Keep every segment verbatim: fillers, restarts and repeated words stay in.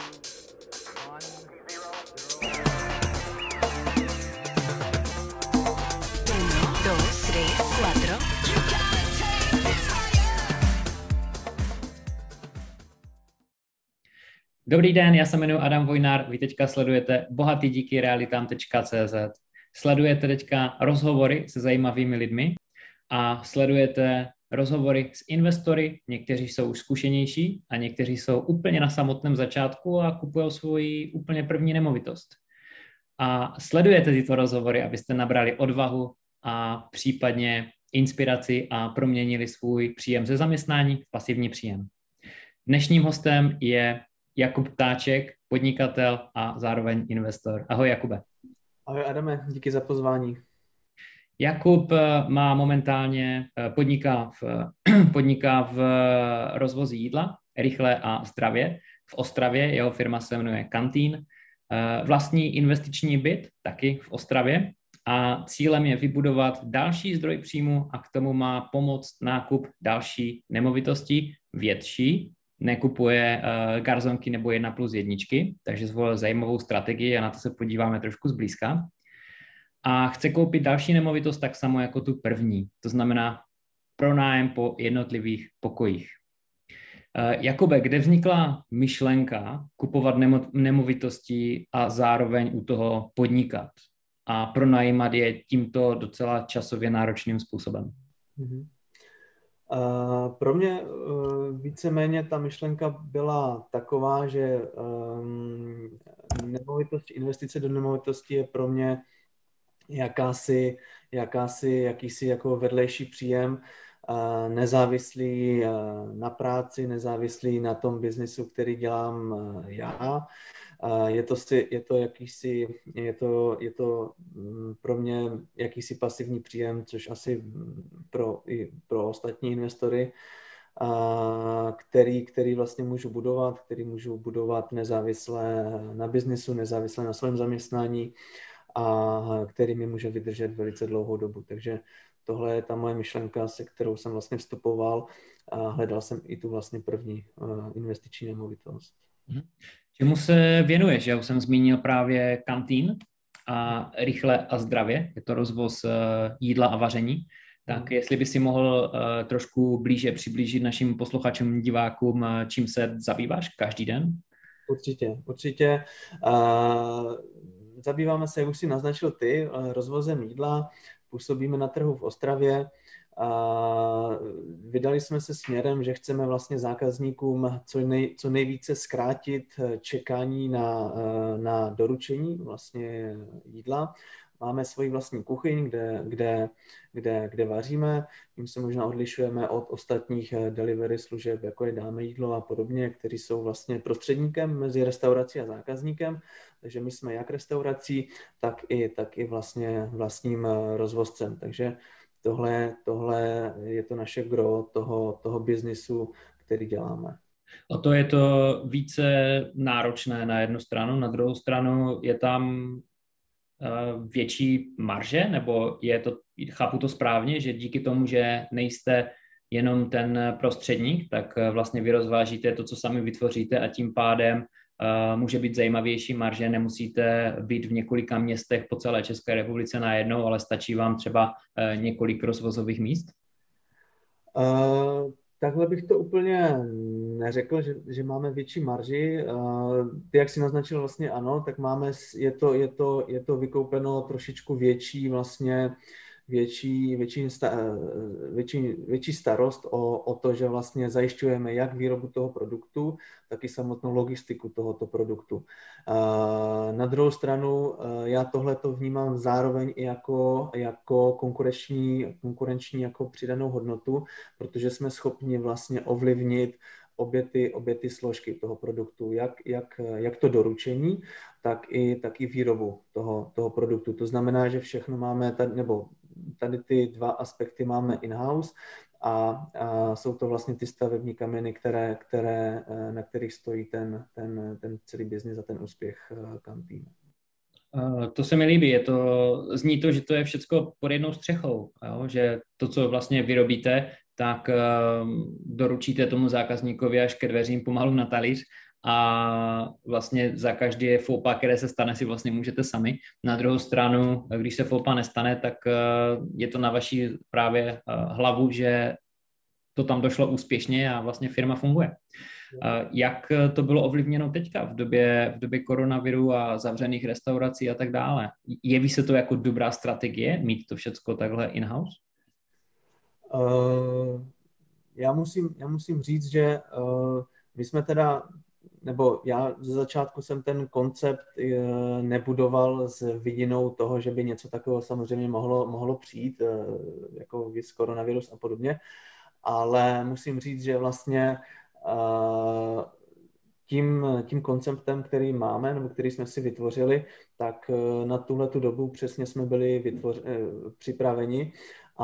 Dobrý den, já se jmenuji Adam Vojnár, vy teďka sledujete bohatý díky realitám tečka cé zet. Sledujete teďka rozhovory se zajímavými lidmi a sledujete rozhovory s investory, někteří jsou už zkušenější a někteří jsou úplně na samotném začátku a kupují svoji úplně první nemovitost. A sledujete tyto rozhovory, abyste nabrali odvahu a případně inspiraci a proměnili svůj příjem ze zaměstnání v pasivní příjem. Dnešním hostem je Jakub Ptáček, podnikatel a zároveň investor. Ahoj Jakube. Ahoj Adame, díky za pozvání. Jakub má momentálně, podniká v, podniká v rozvozi jídla, rychle a zdravě. V Ostravě, jeho firma se jmenuje Kantín. Vlastní investiční byt, taky v Ostravě. A cílem je vybudovat další zdroj příjmu a k tomu má pomoct nákup další nemovitosti větší. Nekupuje uh, garzonky nebo jedna plus jedničky, takže zvolil zajímavou strategii a na to se podíváme trošku zblízka. A chce koupit další nemovitost tak samo jako tu první, to znamená pronájem po jednotlivých pokojích. Uh, Jakube, kde vznikla myšlenka kupovat nemo- nemovitosti a zároveň u toho podnikat a pronajímat je tímto docela časově náročným způsobem? Mm-hmm. Uh, pro mě uh, víceméně ta myšlenka byla taková, že um, nemovitosti, investice do nemovitosti je pro mě jakási, jakási, jakýsi jako vedlejší příjem, uh, nezávislý uh, na práci, nezávislý na tom biznisu, který dělám uh, já. Je to, je to jakýsi, je to, je to pro mě jakýsi pasivní příjem, což asi pro, i pro ostatní investory, který, který vlastně můžu budovat, který můžu budovat nezávisle na biznisu, nezávisle na svém zaměstnání a který mi může vydržet velice dlouhou dobu. Takže tohle je ta moje myšlenka, se kterou jsem vlastně vstupoval a hledal jsem i tu vlastně první investiční nemovitost. Mm-hmm. Čemu se věnuješ? Já už jsem zmínil právě Kantín a rychle a zdravě. Je to rozvoz jídla a vaření. Tak jestli by si mohl uh, trošku blíže přiblížit našim posluchačům, divákům, čím se zabýváš každý den? Určitě, určitě. Uh, zabýváme se, jak už si naznačil ty, rozvozem jídla. Působíme na trhu v Ostravě. A vydali jsme se směrem, že chceme vlastně zákazníkům co, nej, co nejvíce zkrátit čekání na, na doručení vlastně jídla. Máme svoji vlastní kuchyň, kde, kde, kde, kde vaříme. Tím se možná odlišujeme od ostatních delivery služeb, jako je Dáme jídlo a podobně, kteří jsou vlastně prostředníkem mezi restaurací a zákazníkem. Takže my jsme jak restaurací, tak i, tak i vlastně vlastním rozvozcem. Takže Tohle, tohle je to naše gro toho, toho biznisu, který děláme. O to je to více náročné na jednu stranu, na druhou stranu je tam uh, větší marže, nebo je to, chápu to správně, že díky tomu, že nejste jenom ten prostředník, tak vlastně vy rozvážíte to, co sami vytvoříte a tím pádem Uh, může být zajímavější marže, nemusíte být v několika městech po celé České republice najednou, ale stačí vám třeba uh, několik rozvozových míst? Uh, takhle bych to úplně neřekl, že, že máme větší marži. Uh, ty, jak si naznačil, vlastně ano, tak máme, je to, je to, je to vykoupeno trošičku větší vlastně Větší, větší, větší, větší starost o, o to, že vlastně zajišťujeme jak výrobu toho produktu, tak i samotnou logistiku tohoto produktu. Na druhou stranu já tohleto vnímám zároveň i jako, jako konkurenční, konkurenční jako přidanou hodnotu, protože jsme schopni vlastně ovlivnit obě ty, obě ty složky toho produktu, jak, jak, jak to doručení, tak i, tak i výrobu toho, toho produktu. To znamená, že všechno máme tady, nebo tady ty dva aspekty máme in-house a, a jsou to vlastně ty stavební kameny, které, které, na kterých stojí ten, ten, ten celý biznis a ten úspěch Kantínu. To se mi líbí, je to, zní to, že to je všecko pod jednou střechou, jo? Že to, co vlastně vyrobíte, tak uh, doručíte tomu zákazníkovi až ke dveřím pomalu na talíř a vlastně za každé faux které se stane, si vlastně můžete sami. Na druhou stranu, když se faux nestane, tak je to na vaší právě hlavu, že to tam došlo úspěšně a vlastně firma funguje. Jak to bylo ovlivněno teďka v době, v době koronaviru a zavřených restaurací a tak dále? Jeví se to jako dobrá strategie, mít to všecko takhle in-house? Uh, já, musím, já musím říct, že uh, my jsme teda, nebo já ze začátku jsem ten koncept uh, nebudoval s vidinou toho, že by něco takového samozřejmě mohlo, mohlo přijít, uh, jako viz koronavirus a podobně, ale musím říct, že vlastně uh, tím, tím konceptem, který máme, nebo který jsme si vytvořili, tak na tuhletu dobu přesně jsme byli vytvoř, připraveni.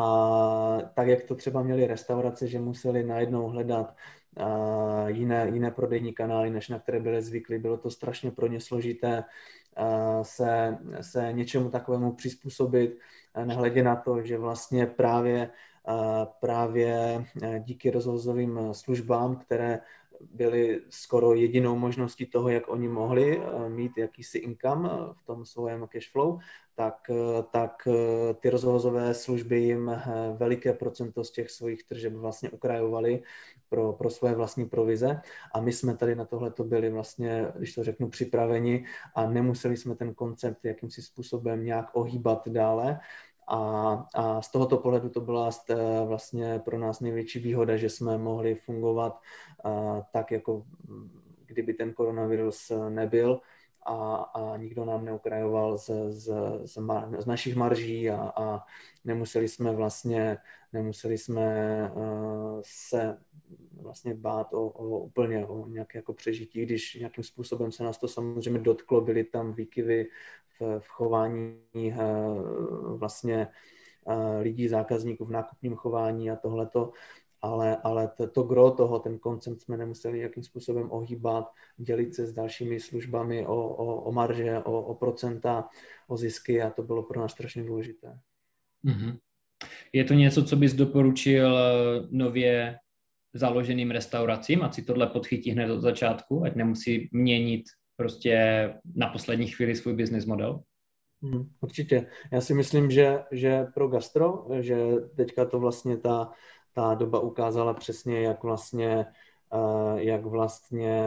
A tak, jak to třeba měli restaurace, že museli najednou hledat uh, jiné, jiné prodejní kanály, než na které byli zvyklí. Bylo to strašně pro ně složité uh, se, se něčemu takovému přizpůsobit, nehledě na to, že vlastně právě, uh, právě díky rozvozovým službám, které byly skoro jedinou možností toho, jak oni mohli mít jakýsi income v tom svém cash flow, tak, tak ty rozvozové služby jim veliké procento z těch svých tržeb vlastně ukrajovali pro, pro své vlastní provize a my jsme tady na tohle to byli vlastně, když to řeknu, připraveni a nemuseli jsme ten koncept jakýmsi způsobem nějak ohýbat dále. A, a z tohoto pohledu to byla vlastně pro nás největší výhoda, že jsme mohli fungovat a, tak, jako kdyby ten koronavirus nebyl a, a nikdo nám neukrajoval z, z, z, z našich marží a, a nemuseli jsme vlastně nemuseli jsme uh, se vlastně bát o, o úplně o nějaké jako přežití, když nějakým způsobem se nás to samozřejmě dotklo, byly tam výkyvy v, v chování uh, vlastně uh, lidí, zákazníků v nákupním chování a tohleto, ale, ale to, to gro toho, ten koncept jsme nemuseli nějakým způsobem ohýbat, dělit se s dalšími službami o, o, o marže, o, o procenta, o zisky a to bylo pro nás strašně důležité. Mm-hmm. Je to něco, co bys doporučil nově založeným restauracím, ať si tohle podchytí hned od začátku, ať nemusí měnit prostě na poslední chvíli svůj business model? Hmm, určitě. Já si myslím, že, že pro gastro, že teďka to vlastně ta, ta doba ukázala přesně, jak vlastně jak vlastně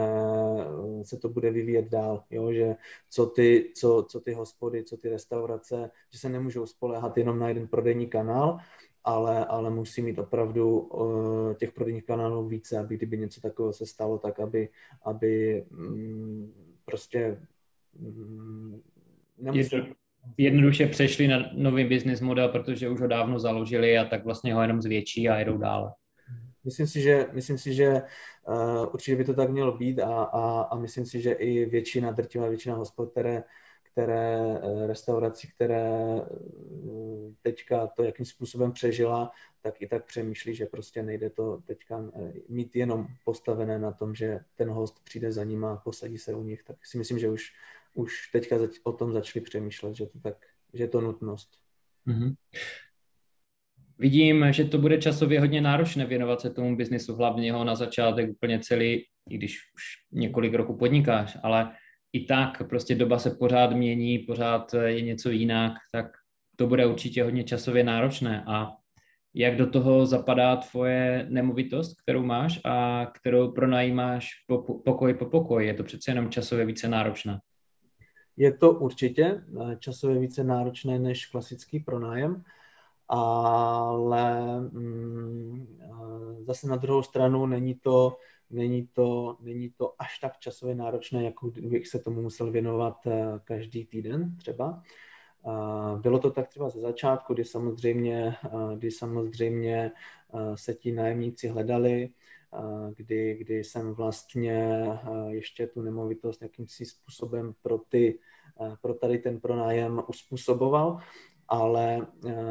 se to bude vyvíjet dál, jo? Že co ty, co, co ty hospody, co ty restaurace, že se nemůžou spoléhat jenom na jeden prodejní kanál, ale, ale musí mít opravdu uh, těch prodejních kanálů více, aby kdyby něco takového se stalo, tak aby, aby um, prostě um, nemusí... Jednoduše přešli na nový business model, protože už ho dávno založili a tak vlastně ho jenom zvětší a jedou dále. Myslím si, že, myslím si, že uh, určitě by to tak mělo být a, a, a myslím si, že i většina, drtivá většina hospod, které, které restaurací, které teďka to jakým způsobem přežila, tak i tak přemýšlí, že prostě nejde to teďka mít jenom postavené na tom, že ten host přijde za ním a posadí se u nich, tak si myslím, že už, už teďka o tom začali přemýšlet, že to tak, že je to nutnost. Mm-hmm. Vidím, že to bude časově hodně náročné věnovat se tomu biznisu, hlavně ho na začátek úplně celý, i když už několik roků podnikáš, ale i tak prostě doba se pořád mění, pořád je něco jinak, tak to bude určitě hodně časově náročné. A jak do toho zapadá tvoje nemovitost, kterou máš a kterou pronajímáš po, pokoj po pokoji? Je to přece jenom časově více náročné? Je to určitě časově více náročné než klasický pronájem, ale mm, zase na druhou stranu není to, není, to, není to až tak časově náročné, jako kdybych se tomu musel věnovat každý týden třeba. Bylo to tak třeba ze začátku, kdy samozřejmě, kdy samozřejmě se ti nájemníci hledali, kdy, kdy jsem vlastně ještě tu nemovitost jakýmsi způsobem pro, ty, pro tady ten pronájem uspůsoboval, ale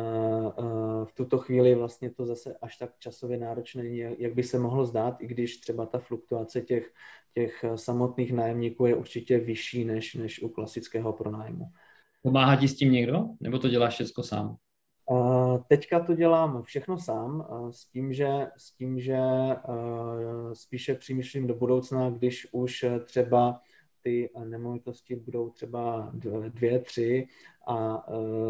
v tuto chvíli vlastně to zase až tak časově náročné není, jak by se mohlo zdát, i když třeba ta fluktuace těch, těch samotných nájemníků je určitě vyšší než, než u klasického pronájmu. Pomáhá ti s tím někdo, nebo to děláš všechno sám? Teďka to dělám všechno sám, s tím, že, s tím, že spíše přemýšlím do budoucna, když už třeba ty nemovitosti budou třeba dvě, tři a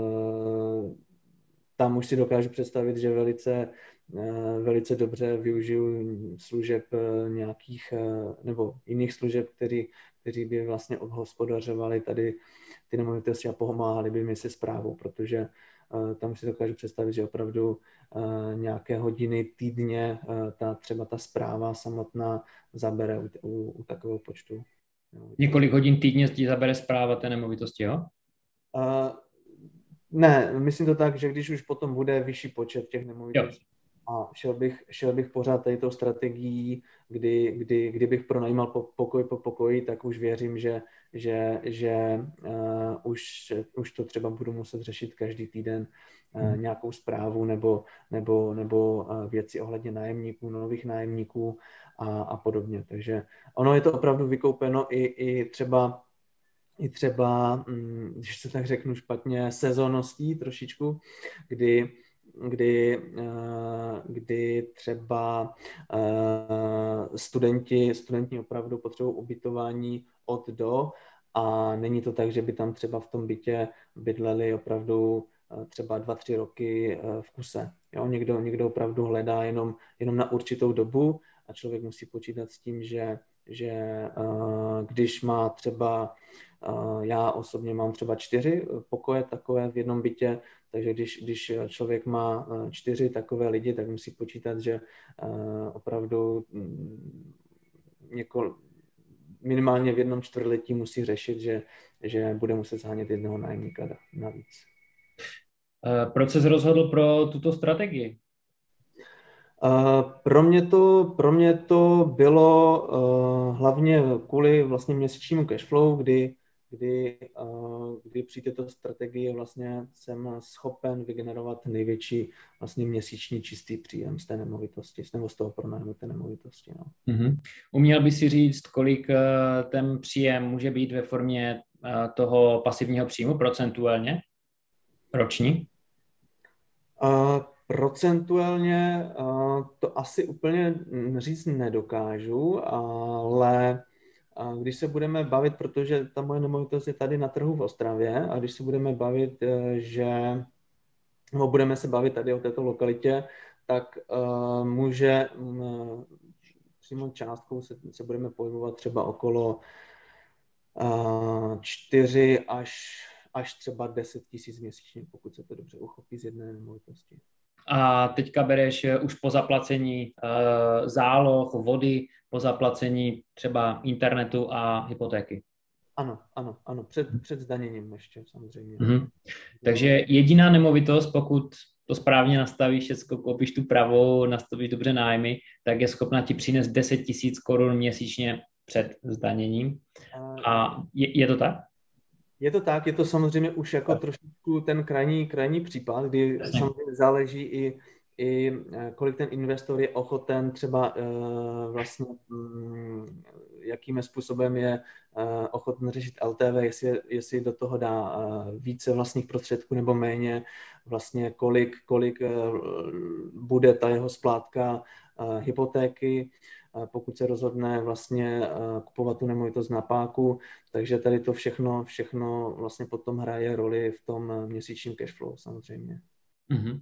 tam už si dokážu představit, že velice, velice dobře využiju služeb nějakých nebo jiných služeb, který, kteří by vlastně obhospodařovali tady ty nemovitosti a pomáhali by mi se správou, protože tam si dokážu představit, že opravdu nějaké hodiny týdně ta, třeba ta správa samotná zabere u, u, u takového počtu. Několik hodin týdně ti zabere správa té nemovitosti, jo? Uh, ne, myslím to tak, že když už potom bude vyšší počet těch nemovitostí a šel bych, šel bych pořád tady tou strategií, kdy, kdy, kdybych pronajímal po, pokoj po pokoji, tak už věřím, že, že, že uh, už, už to třeba budu muset řešit každý týden uh, nějakou zprávu nebo, nebo, nebo uh, věci ohledně nájemníků, nových nájemníků a, a podobně. Takže ono je to opravdu vykoupeno i, i třeba i třeba, když to tak řeknu špatně, sezónností trošičku, kdy, kdy, kdy třeba studenti, studenti opravdu potřebují ubytování od do a není to tak, že by tam třeba v tom bytě bydleli opravdu třeba dva, tři roky v kuse. Jo, někdo, někdo opravdu hledá jenom, jenom na určitou dobu a člověk musí počítat s tím, že, že když má třeba já osobně mám třeba čtyři pokoje takové v jednom bytě, takže když, když člověk má čtyři takové lidi, tak musí počítat, že opravdu několik, minimálně v jednom čtvrtletí musí řešit, že, že bude muset zhánět jednoho nájemníka navíc. Proč jsi rozhodl pro tuto strategii? Pro mě to, pro mě to bylo hlavně kvůli vlastně měsíčnímu cashflow, kdy kdy, kdy při této strategii vlastně jsem schopen vygenerovat největší vlastně měsíční čistý příjem z té nemovitosti, nebo z toho pronájmu té nemovitosti. No. Mm-hmm. Uměl by si říct, kolik ten příjem může být ve formě toho pasivního příjmu procentuálně roční? Uh, procentuálně uh, to asi úplně říct nedokážu, ale a když se budeme bavit, protože ta moje nemovitost je tady na trhu v Ostravě, a když se budeme bavit, že no, budeme se bavit tady o této lokalitě, tak uh, může um, přímo částkou se, se budeme pohybovat třeba okolo uh, čtyři až, až třeba deset tisíc měsíčně, pokud se to dobře uchopí z jedné nemovitosti. A teďka bereš už po zaplacení uh, záloh, vody, po zaplacení třeba internetu a hypotéky. Ano, ano, ano, před, před zdaněním ještě samozřejmě. Mm-hmm. Takže jediná nemovitost, pokud to správně nastavíš, všechno koupíš tu pravou, nastavíš dobře nájmy, tak je schopna ti přinést deset tisíc korun měsíčně před zdaněním. A je, je to tak? Je to tak, je to samozřejmě už jako trošičku ten krajní, krajní případ, kdy Jasně. samozřejmě záleží i, i kolik ten investor je ochoten třeba uh, vlastně um, jakým způsobem je uh, ochoten řešit L T V, jestli, jestli do toho dá uh, více vlastních prostředků nebo méně, vlastně kolik, kolik uh, bude ta jeho splátka uh, hypotéky, pokud se rozhodne vlastně kupovat tu nemovitost na páku, takže tady to všechno, všechno vlastně potom hraje roli v tom měsíčním cashflow samozřejmě. Uh-huh.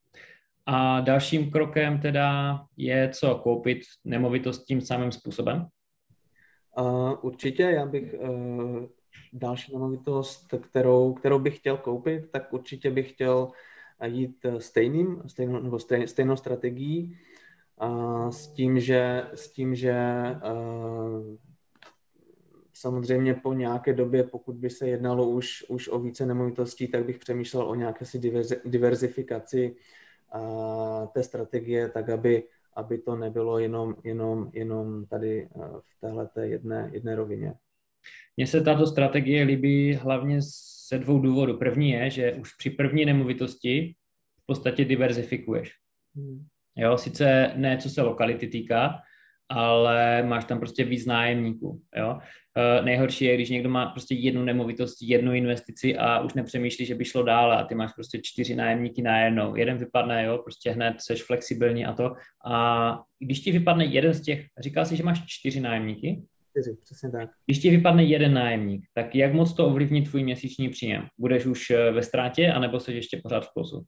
A dalším krokem teda je co, koupit nemovitost tím samým způsobem? Uh, určitě, já bych uh, další nemovitost, kterou, kterou bych chtěl koupit, tak určitě bych chtěl jít stejným, stejnou, nebo stej, stejnou strategií, a s tím, že, s tím, že uh, samozřejmě po nějaké době, pokud by se jednalo už, už o více nemovitostí, tak bych přemýšlel o nějaké si diverzi, diverzifikaci uh, té strategie, tak aby, aby to nebylo jenom, jenom, jenom tady uh, v téhleté jedné, jedné rovině. Mně se tato strategie líbí hlavně ze dvou důvodů. První je, že už při první nemovitosti v podstatě diverzifikuješ. Hmm. Jo, sice ne, co se lokality týká, ale máš tam prostě víc nájemníků, jo. Uh, nejhorší je, když někdo má prostě jednu nemovitost, jednu investici a už nepřemýšlí, že by šlo dál a ty máš prostě čtyři nájemníky najednou. Jeden vypadne, jo, prostě hned seš flexibilní a to. A když ti vypadne jeden z těch, říkal jsi, že máš čtyři nájemníky? Čtyři, přesně tak. Když ti vypadne jeden nájemník, tak jak moc to ovlivní tvůj měsíční příjem? Budeš už ve ztrátě, anebo jsi ještě pořád v plusu?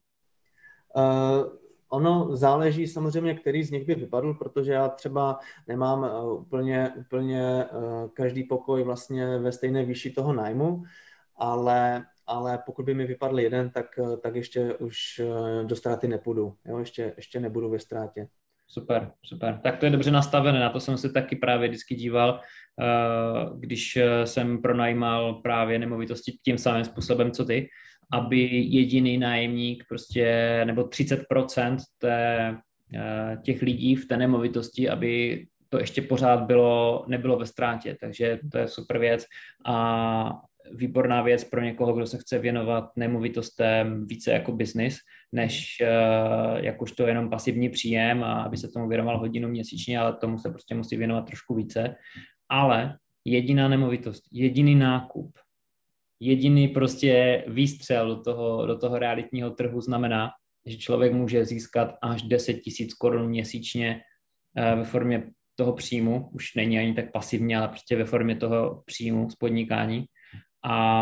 Uh, ono záleží samozřejmě, který z nich by vypadl, protože já třeba nemám uh, úplně, úplně uh, každý pokoj vlastně ve stejné výši toho nájmu, ale, ale pokud by mi vypadl jeden, tak, tak ještě už uh, do ztráty nepůjdu. Jo? Ještě, ještě nebudu ve ztrátě. Super, super. Tak to je dobře nastavené, na to jsem se taky právě vždycky díval, když jsem pronajímal právě nemovitosti tím samým způsobem, co ty, aby jediný nájemník prostě, nebo třicet procent té, těch lidí v té nemovitosti, aby to ještě pořád bylo, nebylo ve ztrátě, takže to je super věc a výborná věc pro někoho, kdo se chce věnovat nemovitostem více jako business, než uh, jakožto jenom pasivní příjem a aby se tomu věnoval hodinu měsíčně, ale tomu se prostě musí věnovat trošku více. Ale jediná nemovitost, jediný nákup, jediný prostě výstřel do toho, do toho realitního trhu znamená, že člověk může získat až deset tisíc korun měsíčně uh, ve formě toho příjmu, už není ani tak pasivně, ale prostě ve formě toho příjmu z podnikání. A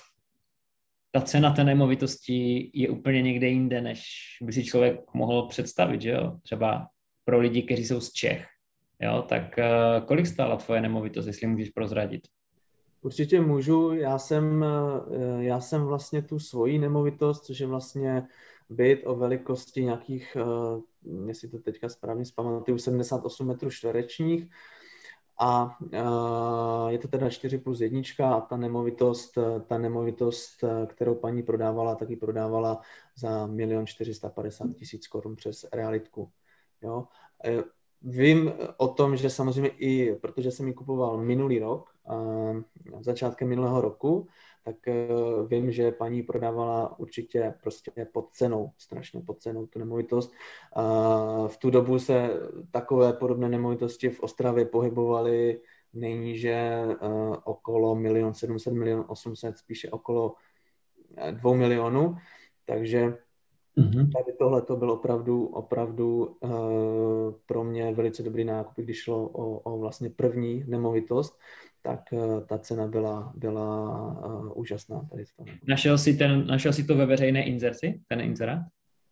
ta cena té nemovitosti je úplně někde jinde, než by si člověk mohl představit, že jo? Třeba pro lidi, kteří jsou z Čech, jo? Tak uh, kolik stála tvoje nemovitost, jestli můžeš prozradit? Určitě můžu, já jsem, já jsem vlastně tu svoji nemovitost, což je vlastně byt o velikosti nějakých, uh, jestli to teďka správně zpamatuju, sedmdesát osm metrů čtverečních, a uh, je to teda čtyři plus jednička a ta nemovitost, ta nemovitost, kterou paní prodávala, taky prodávala za milion čtyři sta padesát tisíc korun přes realitku. Jo? Vím o tom, že samozřejmě i, protože jsem ji kupoval minulý rok, uh, začátkem minulého roku, tak uh, vím, že paní prodávala určitě prostě pod cenou, strašně pod cenou tu nemovitost. Uh, v tu dobu se takové podobné nemovitosti v Ostravě pohybovaly nejníže uh, okolo milion sedm set, milion osm set, spíše okolo dvou milionů, takže tady tohle to byl opravdu, opravdu uh, pro mě velice dobrý nákup, když šlo o, o vlastně první nemovitost, tak uh, ta cena byla, byla uh, úžasná. Tady v tom. Našel jsi, ten, našel jsi to ve veřejné inzerci, ten inzerát?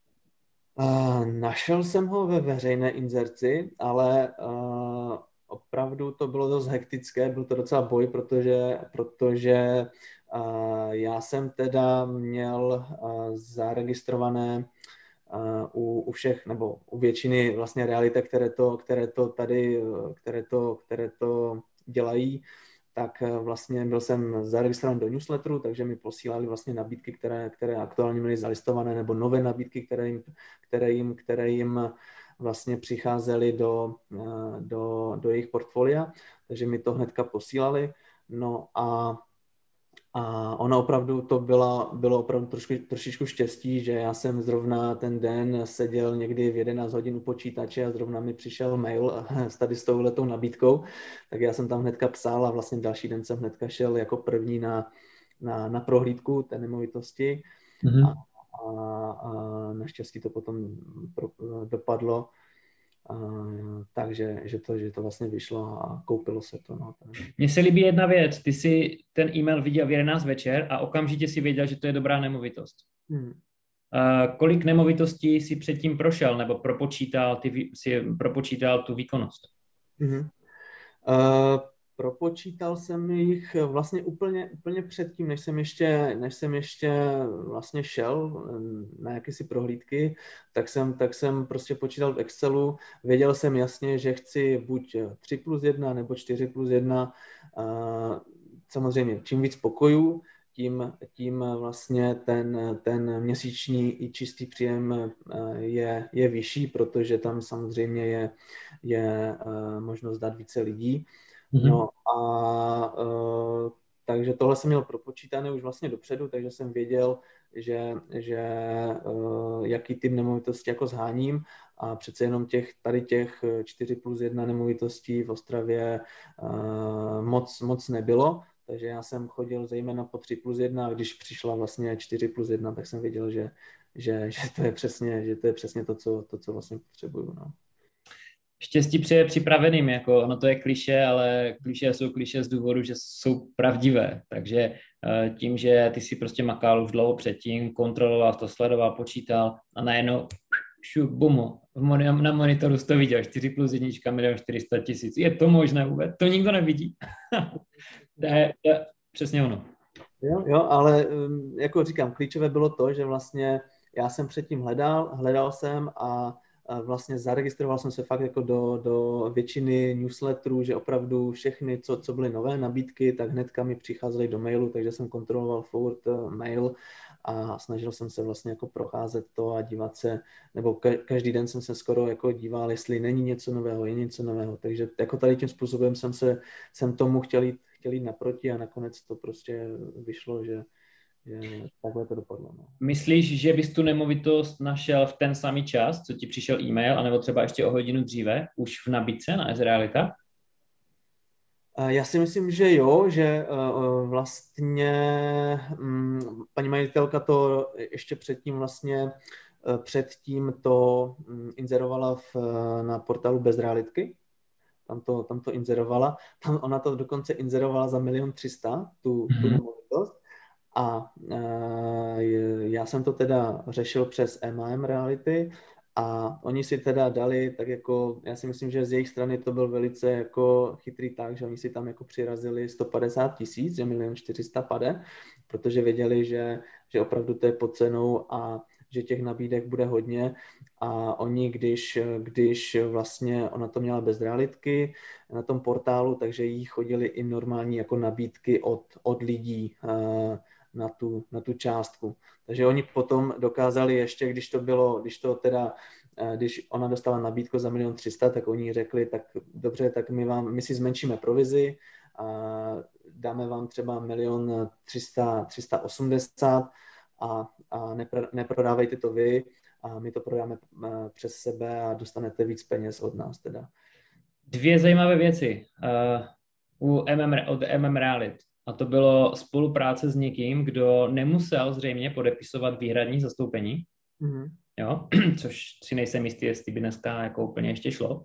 Uh, našel jsem ho ve veřejné inzerci, ale uh, opravdu to bylo dost hektické, byl to docela boj, protože, protože uh, já jsem teda měl uh, zaregistrované uh, u, u všech, nebo u většiny vlastně realita, které to, které to tady, které to, které to dělají, tak vlastně byl jsem zaregistrovaný do newsletteru, takže mi posílali vlastně nabídky, které, které aktuálně byly zalistované, nebo nové nabídky, které jim, které jim, které jim vlastně přicházely do, do, do jejich portfolia, takže mi to hnedka posílali. No a, a ono opravdu to byla, bylo opravdu trošku, trošičku štěstí, že já jsem zrovna ten den seděl někdy v jedenáct hodin u počítače a zrovna mi přišel mail s tady s touhletou nabídkou, tak já jsem tam hnedka psal a vlastně další den jsem hnedka šel jako první na, na, na prohlídku té nemovitosti. Mm-hmm. a, a, a naštěstí to potom pro, dopadlo. Uh, takže že to, že to vlastně vyšlo a koupilo se to. No. Mně se líbí jedna věc, ty jsi ten e-mail viděl v jedenáct večer a okamžitě si věděl, že to je dobrá nemovitost. Hmm. Uh, kolik nemovitostí jsi předtím prošel nebo propočítal, ty, jsi propočítal tu výkonnost? Hmm. Uh, propočítal jsem jich vlastně úplně, úplně předtím, než jsem ještě, než jsem ještě vlastně šel na jakési prohlídky, tak jsem, tak jsem prostě počítal v Excelu, věděl jsem jasně, že chci buď tři plus jedna nebo čtyři plus jedna. Samozřejmě, čím víc pokojů, tím, tím vlastně ten, ten měsíční i čistý příjem je, je vyšší, protože tam samozřejmě je, je možnost dát více lidí. No a uh, takže tohle jsem měl propočítané už vlastně dopředu, takže jsem věděl, že, že uh, jaký typ nemovitosti jako zháním a přece jenom těch, tady těch čtyři plus jedna nemovitostí v Ostravě uh, moc, moc nebylo, takže já jsem chodil zejména po tři plus jedna a když přišla vlastně čtyři plus jedna, tak jsem věděl, že, že, že, to, je přesně, že to je přesně to, co, to, co vlastně potřebuju. No. Štěstí přeje připraveným, jako ono to je klišé, ale klišé jsou klišé z důvodu, že jsou pravdivé, takže tím, že ty si prostě makal už dlouho předtím, kontroloval to, sledoval, počítal a najednou šup, bum, na monitoru jsi to viděl, čtyři plus jednička, milion čtyři sta tisíc, je to možné vůbec, to nikdo nevidí. to, je, to je přesně ono. Jo, jo, ale jako říkám, klíčové bylo to, že vlastně já jsem předtím hledal, hledal jsem a vlastně zaregistroval jsem se fakt jako do, do většiny newsletterů, že opravdu všechny, co, co byly nové nabídky, tak hnedka mi přicházely do mailu, takže jsem kontroloval furt mail a snažil jsem se vlastně jako procházet to a dívat se, nebo každý den jsem se skoro jako díval, jestli není něco nového, je něco nového, takže jako tady tím způsobem jsem se, jsem tomu chtěl jít, chtěl jít naproti a nakonec to prostě vyšlo, že že takhle to dopadlo. No. Myslíš, že bys tu nemovitost našel v ten samý čas, co ti přišel e-mail, anebo třeba ještě o hodinu dříve, už v nabídce na Ezrealita? Já si myslím, že jo, že vlastně paní majitelka to ještě předtím vlastně předtím to inzerovala v, na portálu Bez realitky. Tam to, tam to inzerovala. Tam ona to dokonce inzerovala za milion tři sta, tu, tu nemovitost. A e, já jsem to teda řešil přes M A M Reality a oni si teda dali, tak jako, já si myslím, že z jejich strany to byl velice jako chytrý tak, že oni si tam jako přirazili sto padesát tisíc, že milion čtyři sta pade, protože věděli, že, že opravdu to je pod cenou a že těch nabídek bude hodně a oni, když, když vlastně ona to měla bez realitky na tom portálu, takže jí chodily i normální jako nabídky od, od lidí, e, na tu, na tu částku. Takže oni potom dokázali ještě, když to bylo, když to teda, když ona dostala nabídku za milion tři sta, tak oni řekli, tak dobře, tak my vám, my si zmenšíme provizi a dáme vám třeba milion tři sta, tři sta osmdesát a, a nepro, neprodávejte to vy a my to prodáme přes sebe a dostanete víc peněz od nás teda. Dvě zajímavé věci uh, u M M, od M M Realit. A to bylo spolupráce s někým, kdo nemusel zřejmě podepisovat výhradní zastoupení, mm-hmm. jo? Což si nejsem jistý, jestli by dneska jako úplně ještě šlo.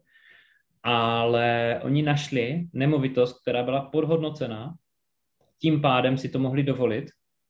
Ale oni našli nemovitost, která byla podhodnocená, tím pádem si to mohli dovolit,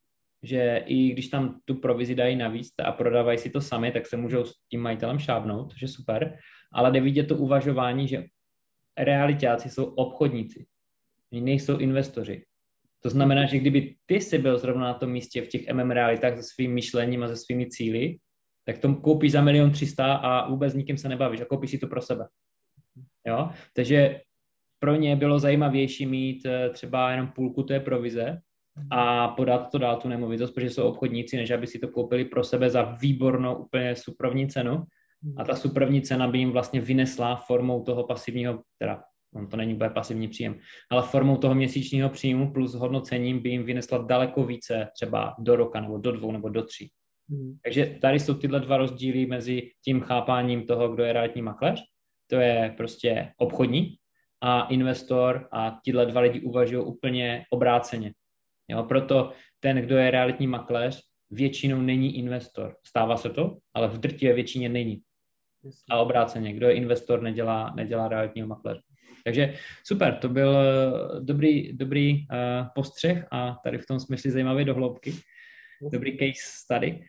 že i když tam tu provizi dají navíc a prodávají si to sami, tak se můžou s tím majitelem šábnout, což je super, ale jde vidět to uvažování, že realitáci jsou obchodníci, oni nejsou investoři. To znamená, že kdyby ty jsi byl zrovna na tom místě v těch M M realitách se svým myšlením a se svými cíli, tak to koupíš za milion tři sta a vůbec nikým se nebavíš a koupíš si to pro sebe. Jo? Takže pro ně bylo zajímavější mít třeba jenom půlku té provize a podat to dál tu nemovitost, protože jsou obchodníci, než aby si to koupili pro sebe za výbornou, úplně suprovní cenu. A ta suprovní cena by jim vlastně vynesla formou toho pasivního, teda on to není bude pasivní příjem, ale formou toho měsíčního příjmu plus hodnocením by jim vynesla daleko více, třeba do roka, nebo do dvou, nebo do tří. Hmm. Takže tady jsou tyhle dva rozdíly mezi tím chápáním toho, kdo je realitní makléř, to je prostě obchodní, a investor, a tyhle dva lidi uvažují úplně obráceně. Jo, proto ten, kdo je realitní makléř, většinou není investor. Stává se to, ale v drtivé většině není. A obráceně, kdo je investor, nedělá, nedělá realitního makléře. Takže super, to byl dobrý, dobrý uh, postřeh a tady v tom jsme šli zajímavé do hloubky. Dobrý case study.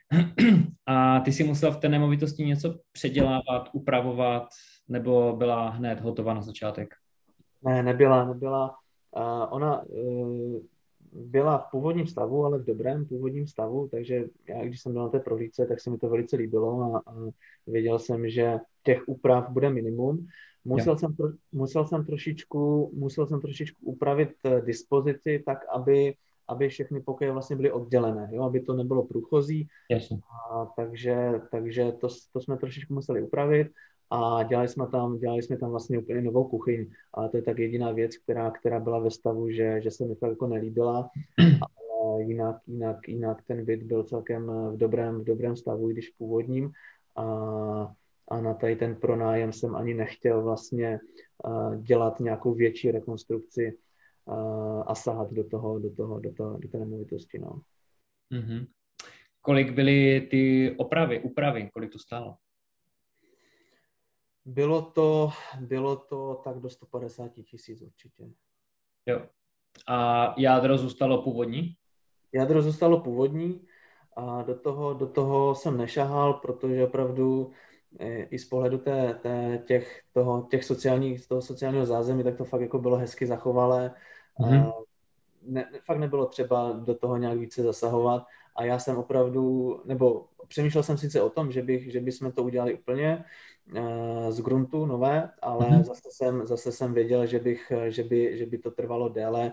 A ty si musel v té nemovitosti něco předělávat, upravovat, nebo byla hned hotová na začátek? Ne, nebyla, nebyla. Uh, ona uh, byla v původním stavu, ale v dobrém původním stavu, takže já, když jsem byl na té prohlídce, tak se mi to velice líbilo a, a věděl jsem, že těch úprav bude minimum. Musel jsem, tro, musel jsem trošičku, musel jsem trošičku upravit dispozici tak, aby, aby všechny pokoje vlastně byly oddělené, jo? Aby to nebylo průchozí. Jasně. A takže, takže to, to jsme trošičku museli upravit a dělali jsme tam, dělali jsme tam vlastně úplně novou kuchyň, ale to je tak jediná věc, která, která byla ve stavu, že, že se mi to jako nelíbila, ale jinak, jinak, jinak ten byt byl celkem v dobrém, v dobrém stavu, když původním. A, a na tady ten pronájem jsem ani nechtěl vlastně dělat nějakou větší rekonstrukci a sahat do toho, do toho, do toho, do té nemovitosti. No. Mm-hmm. Kolik byly ty opravy, úpravy, kolik to stálo? Bylo to, bylo to tak do sto padesát tisíc určitě. Jo. A jádro zůstalo původní? Jádro zůstalo původní a do toho, do toho jsem nešahal, protože opravdu i z pohledu té, té, těch, toho, těch sociálních, toho sociálního zázemí, tak to fakt jako bylo hezky zachovalé. Mm-hmm. Ne, fakt nebylo třeba do toho nějak více zasahovat a já jsem opravdu, nebo přemýšlel jsem sice o tom, že, bych, že bychom to udělali úplně uh, z gruntu nové, ale mm-hmm. zase, jsem, zase jsem věděl, že, bych, že, by, že by to trvalo déle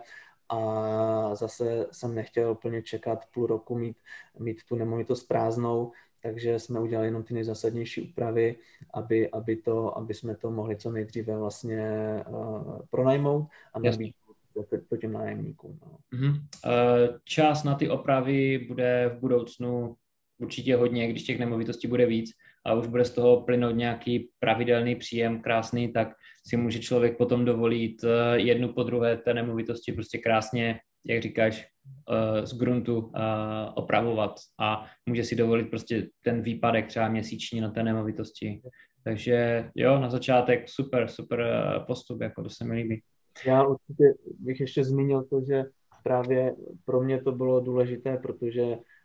a zase jsem nechtěl úplně čekat půl roku mít, mít tu nemovitost prázdnou, takže jsme udělali jenom ty nejzásadnější úpravy, aby, aby, to, aby jsme to mohli co nejdříve vlastně uh, pronajmout a nabít to těm nájemníkům. No. Mm-hmm. Čas na ty opravy bude v budoucnu určitě hodně, když těch nemovitostí bude víc a už bude z toho plynout nějaký pravidelný příjem krásný, tak si může člověk potom dovolit jednu po druhé té nemovitosti prostě krásně, jak říkáš, z gruntu opravovat a může si dovolit prostě ten výpadek třeba měsíční na té nemovitosti. Takže jo, na začátek super, super postup, jako to se mi líbí. Já určitě bych ještě zmínil to, že právě pro mě to bylo důležité, protože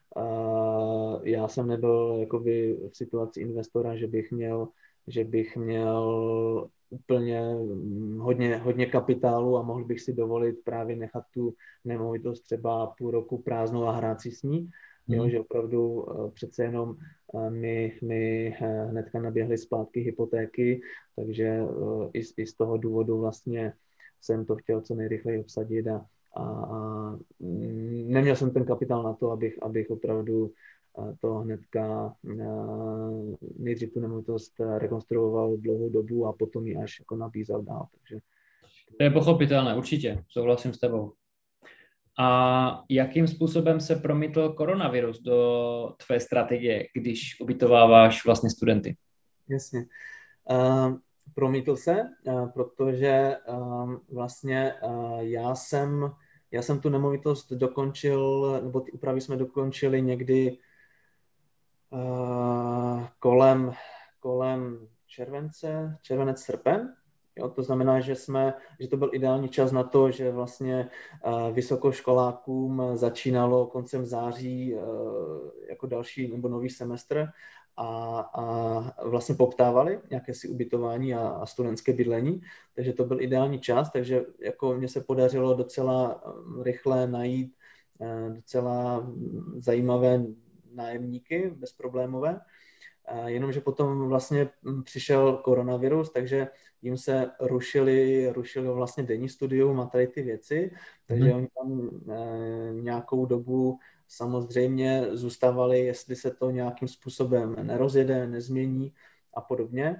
uh, já jsem nebyl jakoby v situaci investora, že bych měl, že bych měl úplně hodně, hodně kapitálu a mohl bych si dovolit právě nechat tu nemovitost třeba půl roku prázdnou a hrát si s ní. Mm. Jo, že opravdu uh, přece jenom uh, my, my uh, hnedka naběhly zpátky hypotéky, takže uh, i, i z toho důvodu vlastně jsem to chtěl co nejrychleji obsadit a, a, a neměl jsem ten kapitál na to, abych, abych opravdu to hnedka nejdřív tu nemovitost rekonstruoval dlouhou dobu a potom ji až jako nabízel dál. Takže... To je pochopitelné, určitě, souhlasím s tebou. A jakým způsobem se promítl koronavirus do tvé strategie, když ubytováváš vlastně studenty? Jasně. Uh... Promítl se, protože vlastně já jsem, já jsem tu nemovitost dokončil, nebo ty úpravy jsme dokončili někdy kolem, kolem července, červenec, srpen. Jo, to znamená, že, jsme, že to byl ideální čas na to, že vlastně vysokoškolákům začínalo koncem září jako další nebo nový semestr. A, a vlastně poptávali nějaké si ubytování a, a studentské bydlení, takže to byl ideální čas, takže jako mně se podařilo docela rychle najít docela zajímavé nájemníky, bezproblémové, jenomže potom vlastně přišel koronavirus, takže jim se rušili, rušili vlastně denní studium a tady ty věci, takže mm. oni tam nějakou dobu samozřejmě zůstávali, jestli se to nějakým způsobem nerozjede, nezmění a podobně,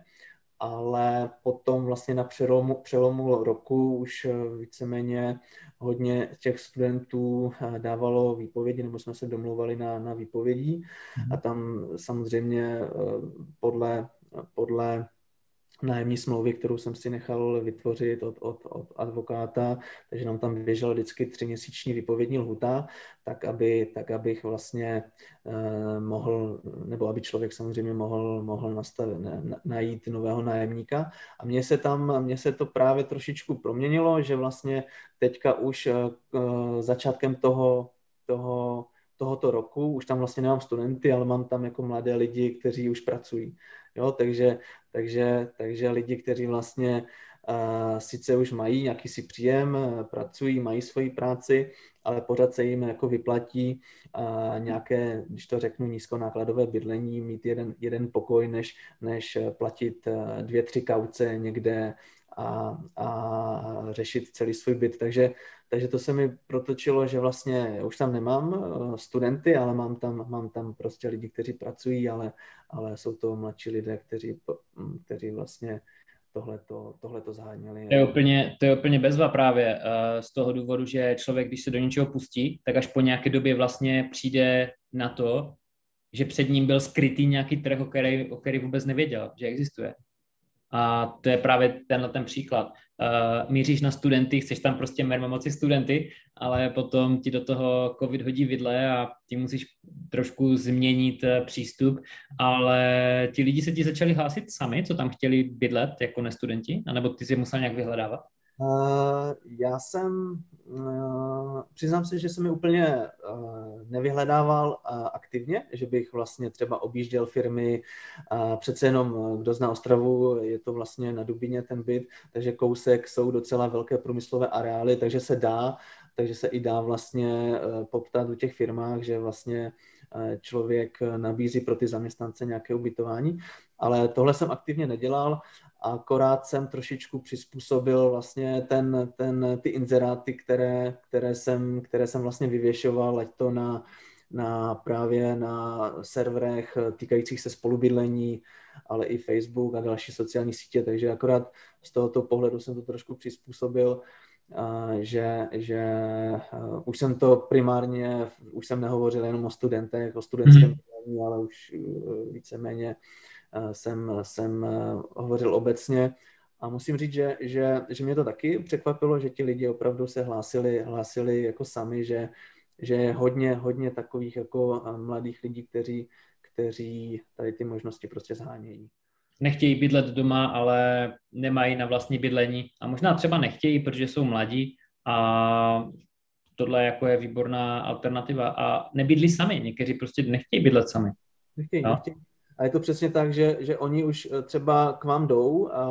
ale potom vlastně na přelomu, přelomu roku už víceméně hodně těch studentů dávalo výpovědi, nebo jsme se domluvali na, na výpovědí a tam samozřejmě podle, podle nájemní smlouvy, kterou jsem si nechal vytvořit od, od, od advokáta, takže nám tam běžela vždycky tříměsíční výpovědní lhůta, tak, aby, tak abych vlastně eh, mohl, nebo aby člověk samozřejmě mohl, mohl nastavit, ne, najít nového nájemníka. A mně se tam, mně se to právě trošičku proměnilo, že vlastně teďka už eh, začátkem toho, toho tohoto roku, už tam vlastně nemám studenty, ale mám tam jako mladé lidi, kteří už pracují. Jo, takže, takže, takže lidi, kteří vlastně uh, sice už mají nějaký si příjem, uh, pracují, mají svoji práci, ale pořád se jim jako vyplatí uh, nějaké, když to řeknu, nízkonákladové bydlení, mít jeden, jeden pokoj, než, než platit uh, dvě, tři kauce někde a, a řešit celý svůj byt. Takže, takže to se mi protočilo, že vlastně už tam nemám studenty, ale mám tam, mám tam prostě lidi, kteří pracují, ale, ale jsou to mladší lidé, kteří, kteří vlastně tohleto, tohleto zháněli. To je úplně, to je úplně bezva právě z toho důvodu, že člověk, když se do něčeho pustí, tak až po nějaké době vlastně přijde na to, že před ním byl skrytý nějaký trh, o který, o který vůbec nevěděl, že existuje. A to je právě tenhle ten příklad. Uh, míříš na studenty, chceš tam prostě mermomoci studenty, ale potom ti do toho covid hodí vidle a ty musíš trošku změnit uh, přístup, ale ti lidi se ti začali hlásit sami, co tam chtěli bydlet jako nestudenti, anebo ty si musel nějak vyhledávat? Uh, já jsem, uh, přiznám se, že jsem mi úplně uh, nevyhledával uh, aktivně, že bych vlastně třeba objížděl firmy, uh, přece jenom, kdo zná Ostravu, je to vlastně na Dubině ten byt, takže kousek jsou docela velké průmyslové areály, takže se dá, takže se i dá vlastně uh, poptat v těch firmách, že vlastně uh, člověk nabízí pro ty zaměstnance nějaké ubytování, ale tohle jsem aktivně nedělal. Akorát jsem trošičku přizpůsobil vlastně ten, ten, ty inzeráty, které, které, jsem, které jsem vlastně vyvěšoval, ať to na, na právě na serverech týkajících se spolubydlení, ale i Facebook a další sociální sítě, takže akorát z tohoto pohledu jsem to trošku přizpůsobil, že, že už jsem to primárně, už jsem nehovořil jenom o studentech, o studentském bydlení, ale už víceméně Jsem, jsem hovořil obecně a musím říct, že, že, že mě to taky překvapilo, že ti lidi opravdu se hlásili, hlásili jako sami, že, že je hodně, hodně takových jako mladých lidí, kteří, kteří tady ty možnosti prostě zhánějí. Nechtějí bydlet doma, ale nemají na vlastní bydlení a možná třeba nechtějí, protože jsou mladí a tohle jako je výborná alternativa a nebydlí sami, někteří prostě nechtějí bydlet sami. Nechtějí, no? nechtějí. A je to přesně tak, že, že oni už třeba k vám jdou a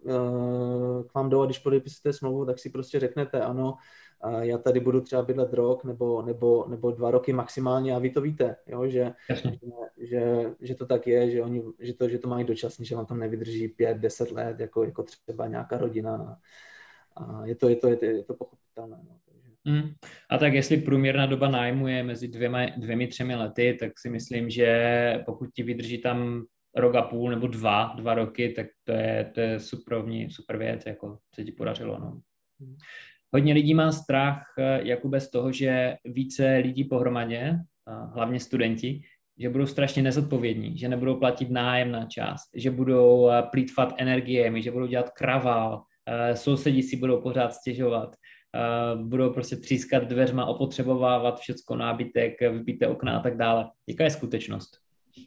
k vám jdou a když podepisíte smlouvu, tak si prostě řeknete ano, já tady budu třeba bydlet rok nebo, nebo, nebo dva roky maximálně a vy to víte, jo? Že, že, že, že to tak je, že, oni, že, to, že to mají dočasně, že vám tam nevydrží pět, deset let, jako, jako třeba nějaká rodina a je to, je to, je to, je to pochopitelné. No. Hmm. A tak jestli průměrná doba nájmu je mezi dvěma, dvěmi, třemi lety, tak si myslím, že pokud ti vydrží tam rok a půl nebo dva, dva roky, tak to je, to je super, super věc, jako se ti podařilo. No. Hodně lidí má strach, Jakube, z toho, že více lidí pohromadě, hlavně studenti, že budou strašně nezodpovědní, že nebudou platit nájem na čas, že budou plýtvat energiemi, že budou dělat kravál, sousedi si budou pořád stěžovat, Uh, budou prostě třískat dveřma, opotřebovávat všecko, nábytek, vybité okna a tak dále. Jaká je skutečnost?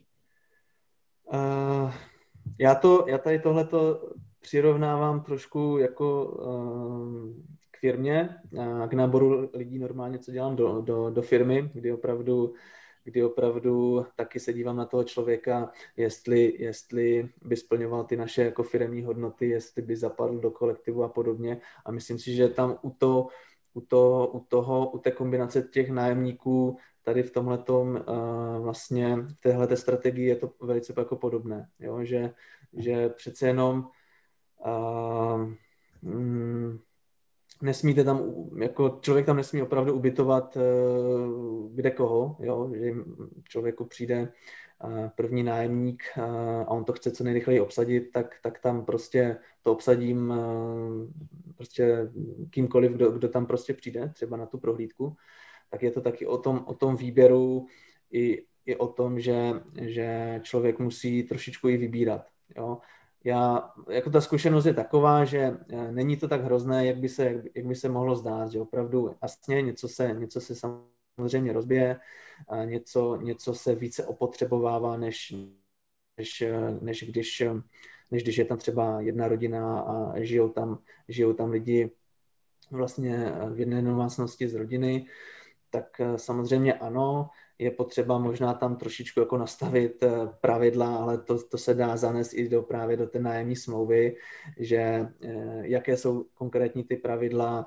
Uh, já, to, já tady tohleto přirovnávám trošku jako uh, k firmě, uh, k náboru lidí normálně, co dělám do, do, do firmy, kdy opravdu kdy opravdu taky se dívám na toho člověka, jestli, jestli by splňoval ty naše jako firemní hodnoty, jestli by zapadl do kolektivu a podobně. A myslím si, že tam u, to, u, to, u, toho, u té kombinace těch nájemníků tady v tomhletom uh, vlastně v téhleté strategii je to velice jako podobné, jo? Že, že přece jenom uh, mm, nesmíte tam, jako člověk tam nesmí opravdu ubytovat uh, kde koho, jo, že člověku přijde uh, první nájemník uh, a on to chce co nejrychleji obsadit, tak, tak tam prostě to obsadím uh, prostě kýmkoliv, kdo, kdo tam prostě přijde, třeba na tu prohlídku, tak je to taky o tom, o tom výběru i, i o tom, že, že člověk musí trošičku i vybírat, jo. Já, jako ta zkušenost je taková, že není to tak hrozné, jak by se, jak, jak by se mohlo zdát, že opravdu jasně něco se, něco se samozřejmě rozbije, a něco, něco se více opotřebovává, než, než, než, když, než když je tam třeba jedna rodina a žijou tam, žijou tam lidi vlastně v jedné domácnosti z rodiny, tak samozřejmě ano, je potřeba možná tam trošičku jako nastavit pravidla, ale to, to se dá zanést i do, právě do té nájemní smlouvy, že jaké jsou konkrétní ty pravidla,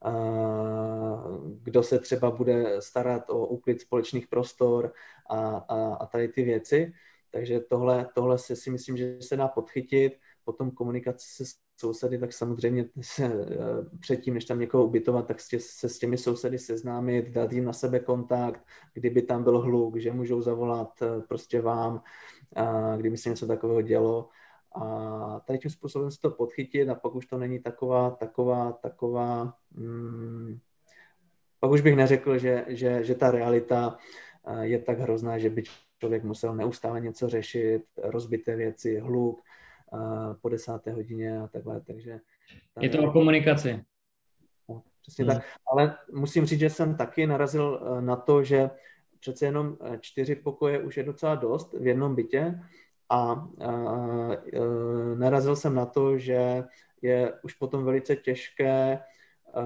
kdo se třeba bude starat o úklid společných prostor a, a, a tady ty věci. Takže tohle, tohle se si myslím, že se dá podchytit. Potom komunikace se sousedy, tak samozřejmě se, předtím, než tam někoho ubytovat, tak se s těmi sousedy seznámit, dát jim na sebe kontakt, kdyby tam byl hluk, že můžou zavolat prostě vám, kdyby se něco takového dělo. a tady tím způsobem si to podchytit a pak už to není taková, taková, taková, mm, pak už bych neřekl, že, že, že ta realita je tak hrozná, že by člověk musel neustále něco řešit, rozbité věci, hluk po desáté hodině a takhle, takže... Je to o komunikaci. No, přesně hmm. tak, ale musím říct, že jsem taky narazil na to, že přece jenom čtyři pokoje už je docela dost v jednom bytě a, a, a narazil jsem na to, že je už potom velice těžké a,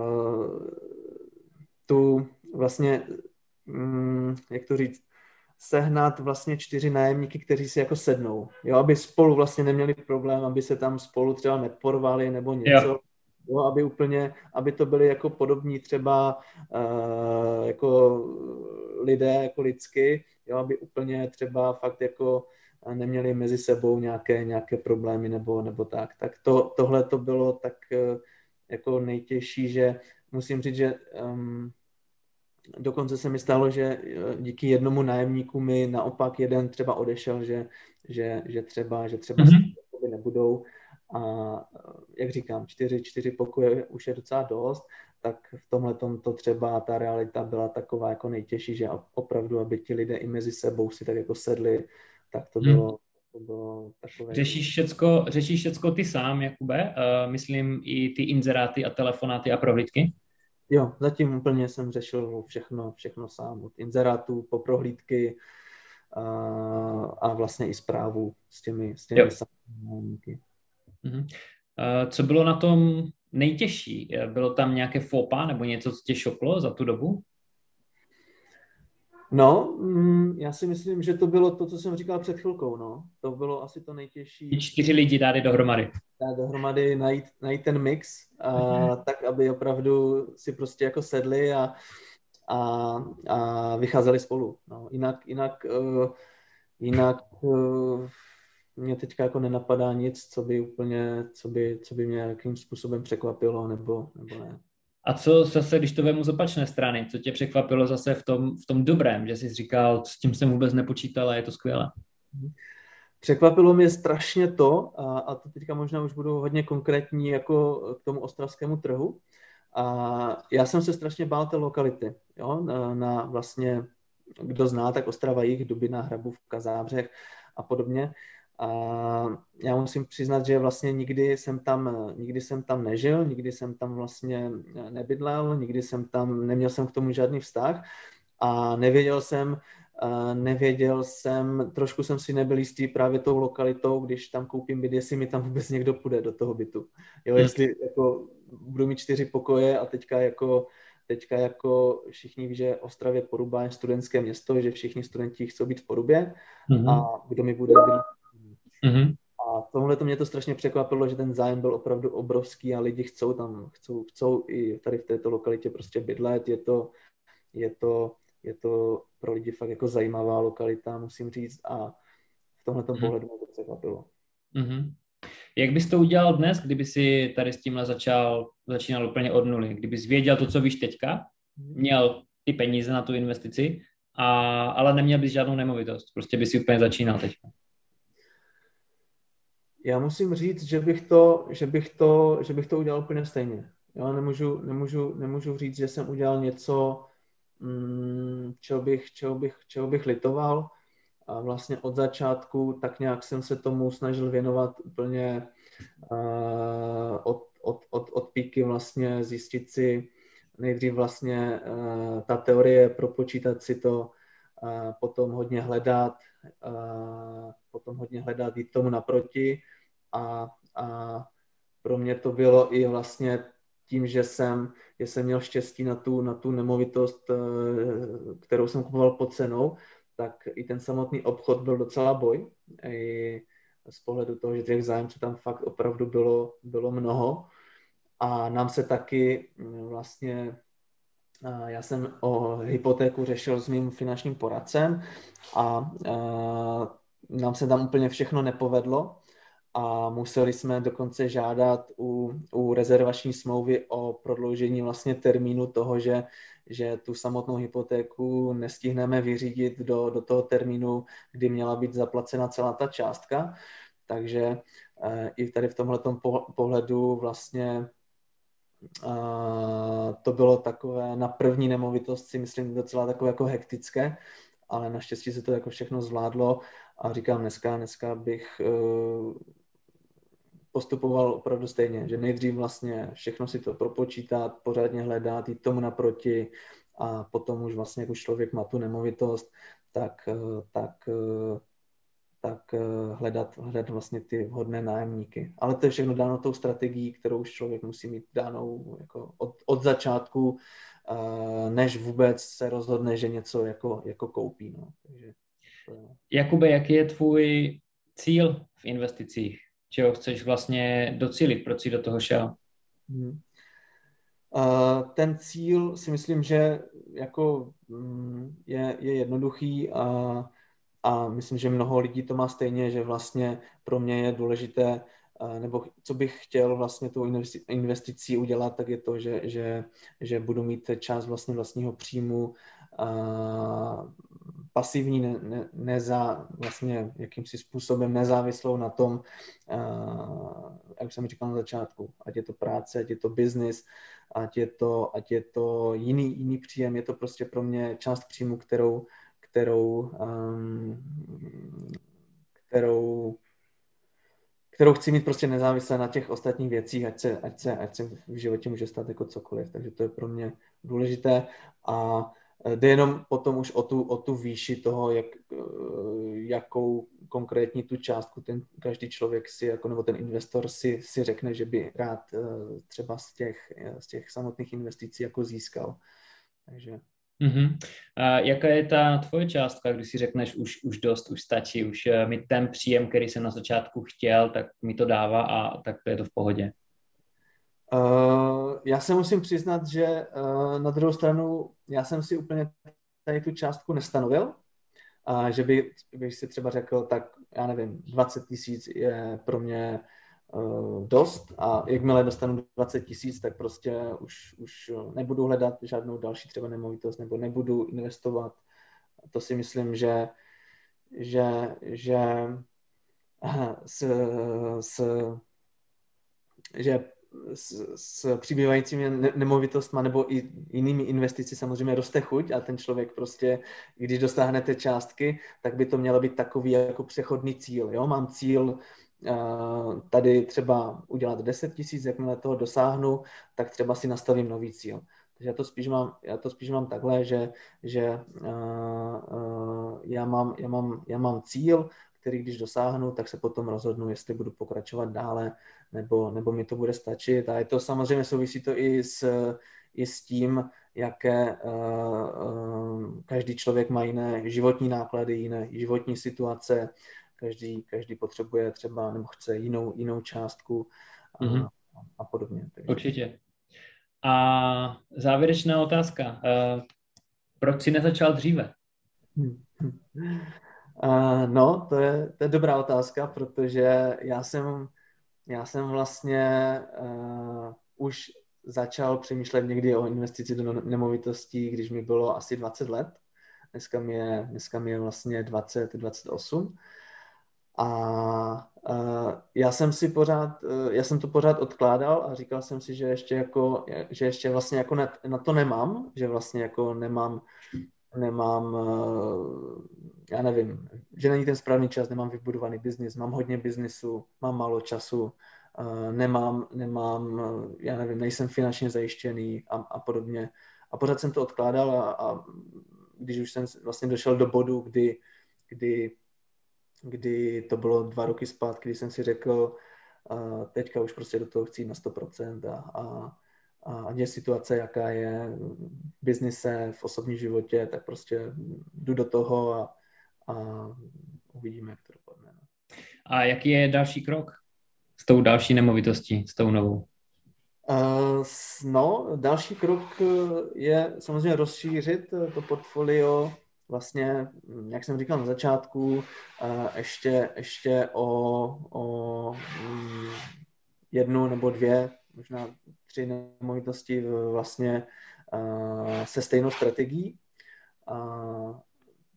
tu vlastně, mm, jak to říct, sehnat vlastně čtyři nájemníky, kteří si jako sednou, jo, aby spolu vlastně neměli problém, aby se tam spolu třeba neporvali nebo něco, jo. Jo, aby úplně, aby to byli jako podobní třeba uh, jako lidé, jako lidsky, jo, aby úplně třeba fakt jako neměli mezi sebou nějaké, nějaké problémy nebo, nebo tak. Tak to, tohle to bylo tak uh, jako nejtěžší, že musím říct, že um, dokonce se mi stalo, že díky jednomu nájemníku mi naopak jeden třeba odešel, že, že, že třeba, že třeba mm-hmm. nebudou. A jak říkám, čtyři, čtyři pokoje už je docela dost, tak v tomhle to třeba ta realita byla taková jako nejtěžší, že opravdu, aby ti lidé i mezi sebou si tak jako sedli, tak to bylo, hmm. to bylo takové... Řešíš všecko, řešíš všecko ty sám, Jakube? Uh, myslím i ty inzeráty a telefonáty a prohlídky? Jo, zatím úplně jsem řešil všechno, všechno sám, od inzerátů po prohlídky a, a vlastně i zprávu s těmi, s těmi samými. Uh-huh. Co bylo na tom nejtěžší? Bylo tam nějaké fópa nebo něco, co tě šoklo za tu dobu? No, já si myslím, že to bylo to, co jsem říkal před chvilkou, no. To bylo asi to nejtěžší. Ty čtyři lidi dát dohromady. Dát dohromady, najít, najít ten mix, a, uh-huh. tak, aby opravdu si prostě jako sedli a, a, a vycházeli spolu. No, jinak, jinak, uh, jinak uh, mě teďka jako nenapadá nic, co by úplně, co by, co by mě jakým způsobem překvapilo, nebo, nebo ne. A co zase, když to vemu z opačné strany, co tě překvapilo zase v tom, v tom dobrém, že jsi říkal, s tím jsem vůbec nepočítal a je to skvělé? Překvapilo mě strašně to, a, a to teďka možná už budu hodně konkrétní jako k tomu ostravskému trhu. A já jsem se strašně bál té lokality, jo, na, na vlastně, kdo zná, tak Ostrava Jih, Dubina, Hrabůvka, Zábřeh a podobně. A já musím přiznat, že vlastně nikdy jsem tam, nikdy jsem tam nežil, nikdy jsem tam vlastně nebydlel, nikdy jsem tam, neměl jsem k tomu žádný vztah a nevěděl jsem, nevěděl jsem, trošku jsem si nebyl jistý právě tou lokalitou, když tam koupím byt, jestli mi tam vůbec někdo půjde do toho bytu. Jo, jestli jako budu mít čtyři pokoje a teďka jako Teďka jako všichni ví, že Ostravě Poruba je studentské město, že všichni studenti chcou být v Porubě mm-hmm. a kdo mi bude bydlet. Mm-hmm. A tohle to mě to strašně překvapilo, že ten zájem byl opravdu obrovský a lidi chcou tam, chcou, chcou i tady v této lokalitě prostě bydlet. Je to, je to, je to pro lidi fakt jako zajímavá lokalita, musím říct, a v tomhletom mm-hmm. pohledu mě to překvapilo. Mm-hmm. Jak bys to udělal dnes, kdyby si tady s tímhle začal, začínal úplně od nuly? Kdybys věděl to, co víš teďka, měl ty peníze na tu investici, a, ale neměl bys žádnou nemovitost. Prostě bys si úplně začínal teďka. Já musím říct, že bych to, že bych to, že bych to udělal úplně stejně. Já nemůžu, nemůžu, nemůžu říct, že jsem udělal něco, mm, čeho, bych, čeho, bych, čeho bych litoval. A vlastně od začátku tak nějak jsem se tomu snažil věnovat úplně uh, od, od, od, od píky vlastně zjistit si nejdřív vlastně uh, ta teorie, propočítat si to, uh, potom hodně hledat, uh, potom hodně hledat, jít tomu naproti a, a pro mě to bylo i vlastně tím, že jsem, že jsem měl štěstí na tu, na tu nemovitost, uh, kterou jsem kupoval pod cenou, tak i ten samotný obchod byl docela boj. I z pohledu toho, že těch zájemců tam fakt opravdu bylo, bylo mnoho. A nám se taky vlastně, já jsem o hypotéku řešil s mým finančním poradcem a, a nám se tam úplně všechno nepovedlo a museli jsme dokonce žádat u, u rezervační smlouvy o prodloužení vlastně termínu toho, že že tu samotnou hypotéku nestihneme vyřídit do, do toho termínu, kdy měla být zaplacena celá ta částka. Takže i tady v tomhletom pohledu vlastně to bylo takové na první nemovitost si myslím docela takové jako hektické, ale naštěstí se to jako všechno zvládlo a říkám dneska, dneska bych postupoval opravdu stejně, že nejdřív vlastně všechno si to propočítat, pořádně hledat, jít tomu naproti a potom už vlastně, jak už člověk má tu nemovitost, tak, tak, tak hledat, hledat vlastně ty vhodné nájemníky. Ale to je všechno dáno tou strategií, kterou už člověk musí mít dánou jako od, od začátku, než vůbec se rozhodne, že něco jako, jako koupí. No. Takže, Jakube, jaký je tvůj cíl v investicích? Čeho chceš vlastně docílit? Proč jsi do toho šel? Hmm. Uh, ten cíl si myslím, že jako um, je, je jednoduchý a, a myslím, že mnoho lidí to má stejně, že vlastně pro mě je důležité, uh, nebo co bych chtěl vlastně tou investi- investicí udělat, tak je to, že, že, že budu mít část vlastně vlastního příjmu, uh, pasivní, ne, ne, neza, vlastně jakýmsi způsobem nezávislou na tom, uh, jak jsem říkal na začátku, ať je to práce, ať je to business, ať je to, ať je to jiný, jiný příjem, je to prostě pro mě část příjmu, kterou, kterou, um, kterou, kterou chci mít prostě nezávisle na těch ostatních věcích, ať se, ať se, ať se v životě může stát jako cokoliv, takže to je pro mě důležité a jde jenom potom už o tu, o tu výši toho, jak, jakou konkrétní tu částku ten každý člověk si, jako, nebo ten investor si, si řekne, že by rád třeba z těch, z těch samotných investicí jako získal. Takže. Uh-huh. A jaká je ta tvoje částka, když si řekneš už, už dost, už stačí, už mít ten příjem, který jsem na začátku chtěl, tak mi to dává a tak to je to v pohodě? Uh, já se musím přiznat, že uh, na druhou stranu já jsem si úplně tady tu částku nestanovil, a že by, bych si třeba řekl, tak já nevím, dvacet tisíc je pro mě uh, dost a jakmile dostanu dvacet tisíc, tak prostě už, už nebudu hledat žádnou další třeba nemovitost nebo nebudu investovat. To si myslím, že, že, že s, s, že s, s přibývajícími nemovitostmi nebo i jinými investici samozřejmě roste chuť a ten člověk prostě, když dostáhne té částky, tak by to mělo být takový jako přechodný cíl. Jo? Mám cíl uh, tady třeba udělat deset tisíc, jakmile toho dosáhnu, tak třeba si nastavím nový cíl. Takže já to spíš mám, já to spíš mám takhle, že, že uh, uh, já, mám, já, mám, já mám cíl, který když dosáhnu, tak se potom rozhodnu, jestli budu pokračovat dále, nebo, nebo mi to bude stačit. A je to samozřejmě souvisí to i s, i s tím, jaké uh, uh, každý člověk má jiné životní náklady, jiné životní situace, každý, každý potřebuje třeba nebo chce jinou, jinou částku a, mm-hmm. a podobně. Takže. Určitě. A závěrečná otázka. Uh, proč jsi nezačal dříve? Hmm. Uh, no, to je, to je dobrá otázka, protože já jsem, já jsem vlastně uh, už začal přemýšlet někdy o investici do nemovitostí, když mi bylo asi dvacet let. Dneska mi je, dneska mi je vlastně dvacet, dvacet osm. A uh, já jsem si pořád, uh, já jsem to pořád odkládal a říkal jsem si, že ještě jako, že ještě vlastně jako na, na to nemám, že vlastně jako nemám nemám, já nevím, že není ten správný čas, nemám vybudovaný biznis, mám hodně biznisu, mám málo času, nemám, nemám, já nevím, nejsem finančně zajištěný a, a podobně. A pořád jsem to odkládal a, a když už jsem vlastně došel do bodu, kdy, kdy, kdy to bylo dva roky zpátky, kdy jsem si řekl, teďka už prostě do toho chci jít na sto procent a, a a ať je situace, jaká je v biznise, v osobním životě, tak prostě jdu do toho a, a uvidíme, jak to dopadne. A jaký je další krok s tou další nemovitostí, s tou novou? Uh, no, další krok je samozřejmě rozšířit to portfolio, vlastně, jak jsem říkal na začátku, uh, ještě, ještě o, o um, jednu nebo dvě, možná tři nemovitosti vlastně uh, se stejnou strategií. Uh,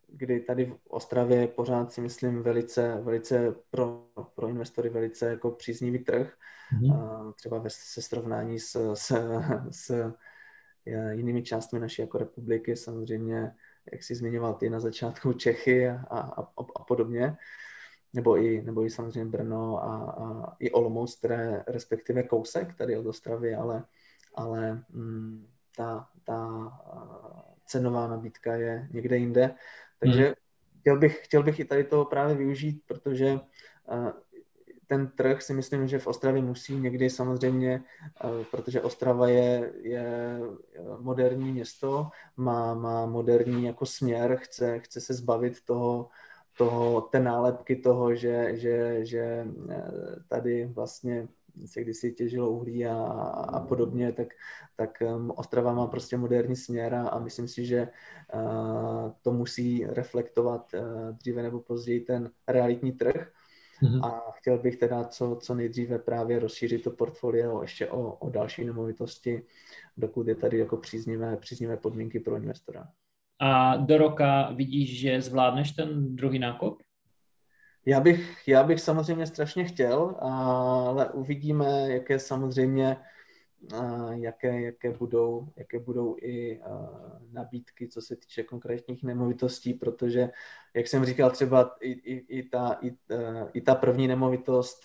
kdy tady v Ostravě je pořád si myslím velice, velice pro, pro investory velice jako příznivý trh. Mm-hmm. Třeba ve se srovnání s, s, s jinými částmi naší jako republiky, samozřejmě, jak jsi zmiňoval ty na začátku, Čechy a, a, a podobně, nebo i, nebo i samozřejmě Brno a, a i Olomouc, které respektive kousek tady od Ostravy, ale, ale mm, ta, ta cenová nabídka je někde jinde. Takže hmm. chtěl, bych, chtěl bych i tady toho právě využít, protože uh, ten trh si myslím, že v Ostravě musí někdy samozřejmě, uh, protože Ostrava je, je moderní město, má, má moderní jako směr, chce, chce se zbavit toho, toho, té nálepky toho, že, že, že tady vlastně se kdysi těžilo uhlí a, a podobně, tak, tak um, Ostrava má prostě moderní směr a, a myslím si, že uh, to musí reflektovat uh, dříve nebo později ten realitní trh. Mm-hmm. A chtěl bych teda co, co nejdříve právě rozšířit to portfolio ještě o, o další nemovitosti, dokud je tady jako příznivé, příznivé podmínky pro investora. A do roka vidíš, že zvládneš ten druhý nákup? Já bych, já bych samozřejmě strašně chtěl, ale uvidíme, jaké samozřejmě, jaké, jaké, budou, jaké budou i nabídky, co se týče konkrétních nemovitostí, protože, jak jsem říkal, třeba i, i, i, ta, i, i ta první nemovitost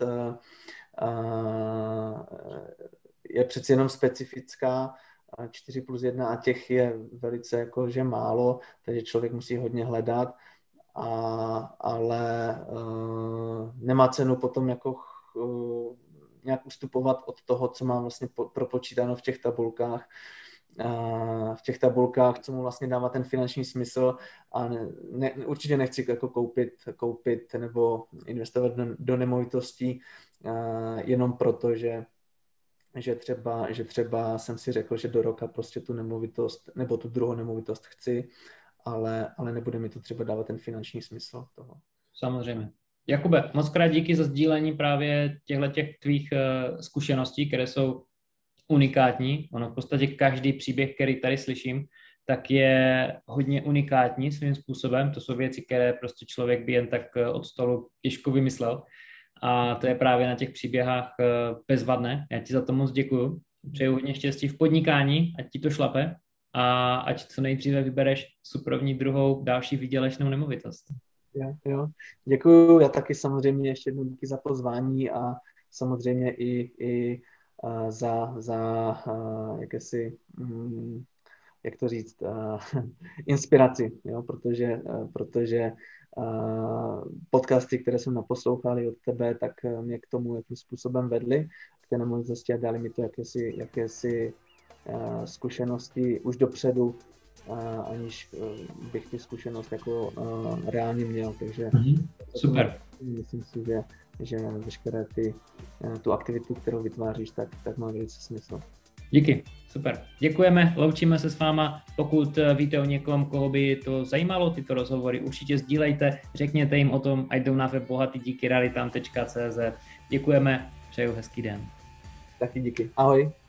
je přeci jenom specifická, čtyři plus jedna a těch je velice jakože málo, takže člověk musí hodně hledat. A, ale uh, nemá cenu potom jako uh, nějak ustupovat od toho, co má vlastně po, propočítáno v těch tabulkách, uh, v těch tabulkách, co mu vlastně dává ten finanční smysl a ne, ne, určitě nechci jako koupit, koupit nebo investovat do, do nemovitostí uh, jenom proto, že že třeba, že třeba jsem si řekl, že do roka prostě tu nemovitost nebo tu druhou nemovitost chci, ale, ale nebude mi to třeba dávat ten finanční smysl toho. Samozřejmě. Jakube, moc krát díky za sdílení právě těchto těch tvých uh, zkušeností, které jsou unikátní. Ono v podstatě každý příběh, který tady slyším, tak je hodně unikátní svým způsobem. To jsou věci, které prostě člověk by jen tak od stolu těžko vymyslel. A to je právě na těch příběhách uh, bezvadné. Já ti za to moc děkuju. Přeju hodně štěstí v podnikání, ať ti to šlape. A ať co nejdříve vybereš suprovní druhou další výdělečnou nemovitost. Jo, jo. Děkuju, já taky samozřejmě ještě jednou díky za pozvání a samozřejmě i, i uh, za, za uh, jakési, um, jak to říct, uh, inspiraci, jo, protože, uh, protože uh, podcasty, které jsem naposlouchal od tebe, tak mě k tomu jakým způsobem vedly, k té nemovitosti a dali mi to jakési, jakési zkušenosti už dopředu, aniž bych ty zkušenost jako reálně měl, takže mm-hmm. Super. Myslím si, že, že veškeré ty, tu aktivitu, kterou vytváříš, tak, tak má velice smysl. Díky, super. Děkujeme, loučíme se s váma. Pokud víte o někom, koho by to zajímalo, tyto rozhovory, určitě sdílejte, řekněte jim o tom, ať jdou na web bohatý díky realitám tečka cé zet. Děkujeme, přeju hezký den. Taky díky. Ahoj.